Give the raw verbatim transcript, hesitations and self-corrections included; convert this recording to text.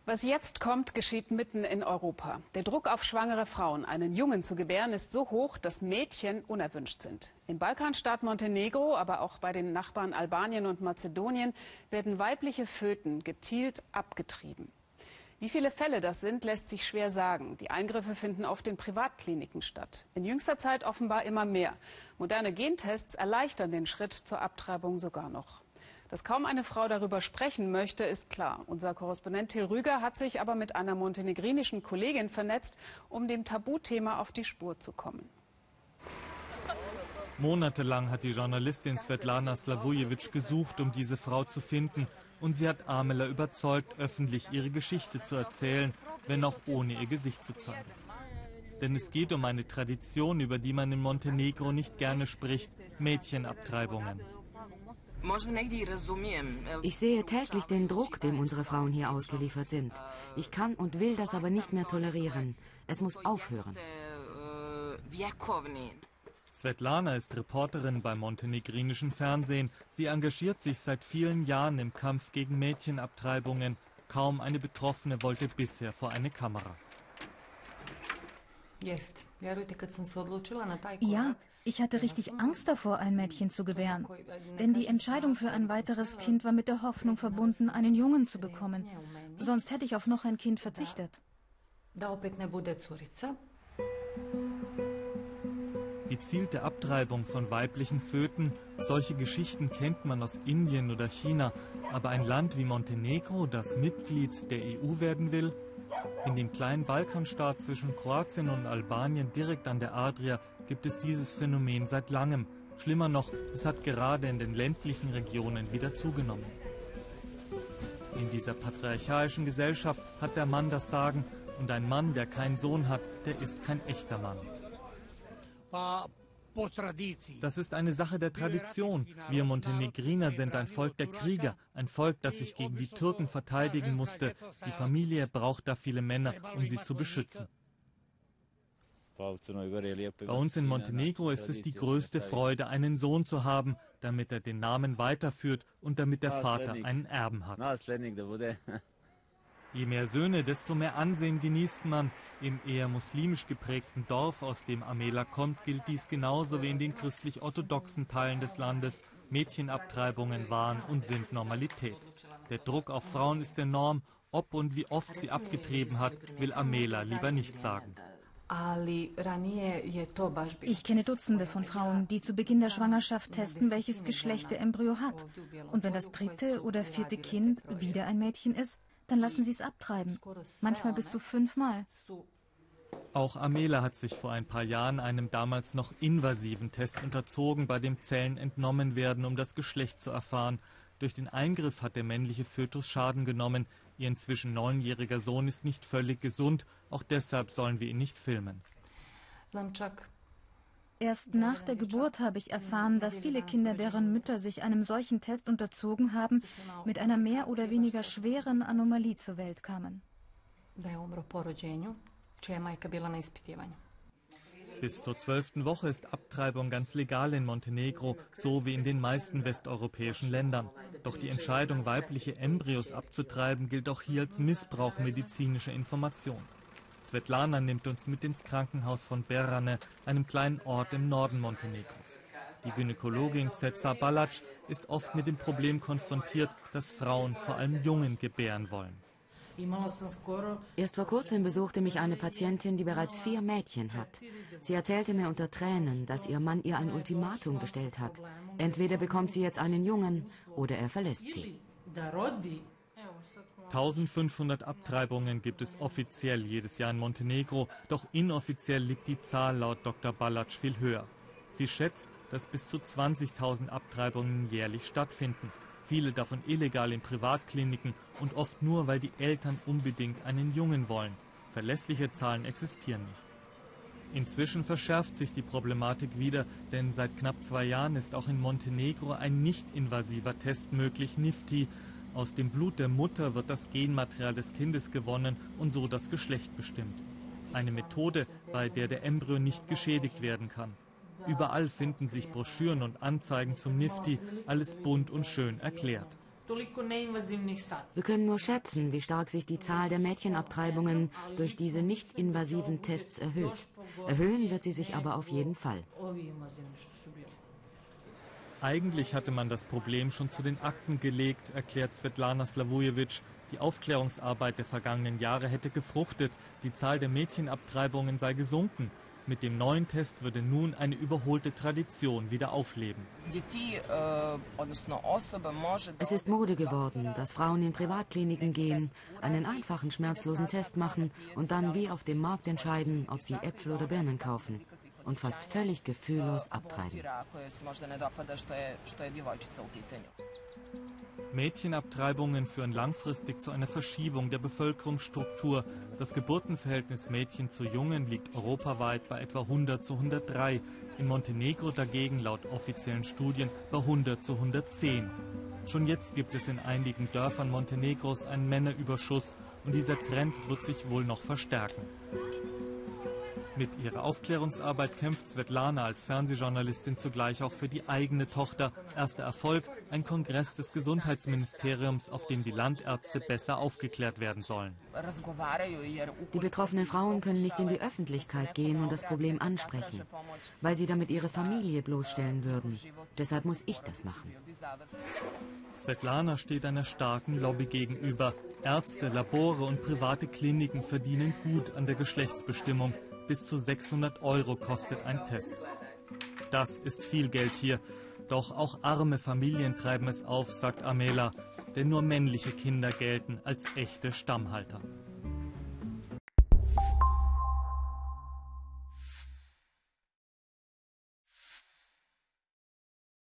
Was jetzt kommt, geschieht mitten in Europa. Der Druck auf schwangere Frauen, einen Jungen zu gebären, ist so hoch, dass Mädchen unerwünscht sind. Im Balkanstaat Montenegro, aber auch bei den Nachbarn Albanien und Mazedonien werden weibliche Föten gezielt abgetrieben. Wie viele Fälle das sind, lässt sich schwer sagen. Die Eingriffe finden oft in Privatkliniken statt. In jüngster Zeit offenbar immer mehr. Moderne Gentests erleichtern den Schritt zur Abtreibung sogar noch. Dass kaum eine Frau darüber sprechen möchte, ist klar. Unser Korrespondent Till Rüger hat sich aber mit einer montenegrinischen Kollegin vernetzt, um dem Tabuthema auf die Spur zu kommen. Monatelang hat die Journalistin Svetlana Slavujevic gesucht, um diese Frau zu finden. Und sie hat Amela überzeugt, öffentlich ihre Geschichte zu erzählen, wenn auch ohne ihr Gesicht zu zeigen. Denn es geht um eine Tradition, über die man in Montenegro nicht gerne spricht: Mädchenabtreibungen. Ich sehe täglich den Druck, dem unsere Frauen hier ausgeliefert sind. Ich kann und will das aber nicht mehr tolerieren. Es muss aufhören. Svetlana ist Reporterin beim montenegrinischen Fernsehen. Sie engagiert sich seit vielen Jahren im Kampf gegen Mädchenabtreibungen. Kaum eine Betroffene wollte bisher vor eine Kamera. Ja, ich hatte richtig Angst davor, ein Mädchen zu gebären. Denn die Entscheidung für ein weiteres Kind war mit der Hoffnung verbunden, einen Jungen zu bekommen. Sonst hätte ich auf noch ein Kind verzichtet. Gezielte Abtreibung von weiblichen Föten, solche Geschichten kennt man aus Indien oder China. Aber ein Land wie Montenegro, das Mitglied der E U werden will? In dem kleinen Balkanstaat zwischen Kroatien und Albanien direkt an der Adria gibt es dieses Phänomen seit langem. Schlimmer noch, es hat gerade in den ländlichen Regionen wieder zugenommen. In dieser patriarchalischen Gesellschaft hat der Mann das Sagen, und ein Mann, der keinen Sohn hat, der ist kein echter Mann. Das ist eine Sache der Tradition. Wir Montenegriner sind ein Volk der Krieger, ein Volk, das sich gegen die Türken verteidigen musste. Die Familie braucht da viele Männer, um sie zu beschützen. Bei uns in Montenegro ist es die größte Freude, einen Sohn zu haben, damit er den Namen weiterführt und damit der Vater einen Erben hat. Je mehr Söhne, desto mehr Ansehen genießt man. Im eher muslimisch geprägten Dorf, aus dem Amela kommt, gilt dies genauso wie in den christlich-orthodoxen Teilen des Landes. Mädchenabtreibungen waren und sind Normalität. Der Druck auf Frauen ist enorm. Ob und wie oft sie abgetrieben hat, will Amela lieber nicht sagen. Ich kenne Dutzende von Frauen, die zu Beginn der Schwangerschaft testen, welches Geschlecht der Embryo hat. Und wenn das dritte oder vierte Kind wieder ein Mädchen ist, dann lassen sie es abtreiben. Manchmal bis zu fünfmal. Auch Amela hat sich vor ein paar Jahren einem damals noch invasiven Test unterzogen, bei dem Zellen entnommen werden, um das Geschlecht zu erfahren. Durch den Eingriff hat der männliche Fötus Schaden genommen. Ihr inzwischen neunjähriger Sohn ist nicht völlig gesund. Auch deshalb sollen wir ihn nicht filmen. Erst nach der Geburt habe ich erfahren, dass viele Kinder, deren Mütter sich einem solchen Test unterzogen haben, mit einer mehr oder weniger schweren Anomalie zur Welt kamen. Bis zur zwölften Woche ist Abtreibung ganz legal in Montenegro, so wie in den meisten westeuropäischen Ländern. Doch die Entscheidung, weibliche Embryos abzutreiben, gilt auch hier als Missbrauch medizinischer Information. Svetlana nimmt uns mit ins Krankenhaus von Berane, einem kleinen Ort im Norden Montenegros. Die Gynäkologin Ceca Balac ist oft mit dem Problem konfrontiert, dass Frauen, vor allem Jungen, gebären wollen. Erst vor kurzem besuchte mich eine Patientin, die bereits vier Mädchen hat. Sie erzählte mir unter Tränen, dass ihr Mann ihr ein Ultimatum gestellt hat. Entweder bekommt sie jetzt einen Jungen oder er verlässt sie. eintausendfünfhundert Abtreibungen gibt es offiziell jedes Jahr in Montenegro, doch inoffiziell liegt die Zahl laut Doktor Balac viel höher. Sie schätzt, dass bis zu zwanzigtausend Abtreibungen jährlich stattfinden, viele davon illegal in Privatkliniken und oft nur, weil die Eltern unbedingt einen Jungen wollen. Verlässliche Zahlen existieren nicht. Inzwischen verschärft sich die Problematik wieder, denn seit knapp zwei Jahren ist auch in Montenegro ein nicht-invasiver Test möglich, Nifty. Aus dem Blut der Mutter wird das Genmaterial des Kindes gewonnen und so das Geschlecht bestimmt. Eine Methode, bei der der Embryo nicht geschädigt werden kann. Überall finden sich Broschüren und Anzeigen zum Nifty, alles bunt und schön erklärt. Wir können nur schätzen, wie stark sich die Zahl der Mädchenabtreibungen durch diese nicht-invasiven Tests erhöht. Erhöhen wird sie sich aber auf jeden Fall. Eigentlich hatte man das Problem schon zu den Akten gelegt, erklärt Svetlana Slavujewitsch. Die Aufklärungsarbeit der vergangenen Jahre hätte gefruchtet, die Zahl der Mädchenabtreibungen sei gesunken. Mit dem neuen Test würde nun eine überholte Tradition wieder aufleben. Es ist Mode geworden, dass Frauen in Privatkliniken gehen, einen einfachen, schmerzlosen Test machen und dann wie auf dem Markt entscheiden, ob sie Äpfel oder Birnen kaufen. Und fast völlig gefühllos abtreiben. Mädchenabtreibungen führen langfristig zu einer Verschiebung der Bevölkerungsstruktur. Das Geburtenverhältnis Mädchen zu Jungen liegt europaweit bei etwa hundert zu hundertdrei. In Montenegro dagegen laut offiziellen Studien bei hundert zu hundertzehn. Schon jetzt gibt es in einigen Dörfern Montenegros einen Männerüberschuss und dieser Trend wird sich wohl noch verstärken. Mit ihrer Aufklärungsarbeit kämpft Svetlana als Fernsehjournalistin zugleich auch für die eigene Tochter. Erster Erfolg, ein Kongress des Gesundheitsministeriums, auf dem die Landärzte besser aufgeklärt werden sollen. Die betroffenen Frauen können nicht in die Öffentlichkeit gehen und das Problem ansprechen, weil sie damit ihre Familie bloßstellen würden. Deshalb muss ich das machen. Svetlana steht einer starken Lobby gegenüber. Ärzte, Labore und private Kliniken verdienen gut an der Geschlechtsbestimmung. Bis zu sechshundert Euro kostet ein Test. Das ist viel Geld hier. Doch auch arme Familien treiben es auf, sagt Amela. Denn nur männliche Kinder gelten als echte Stammhalter.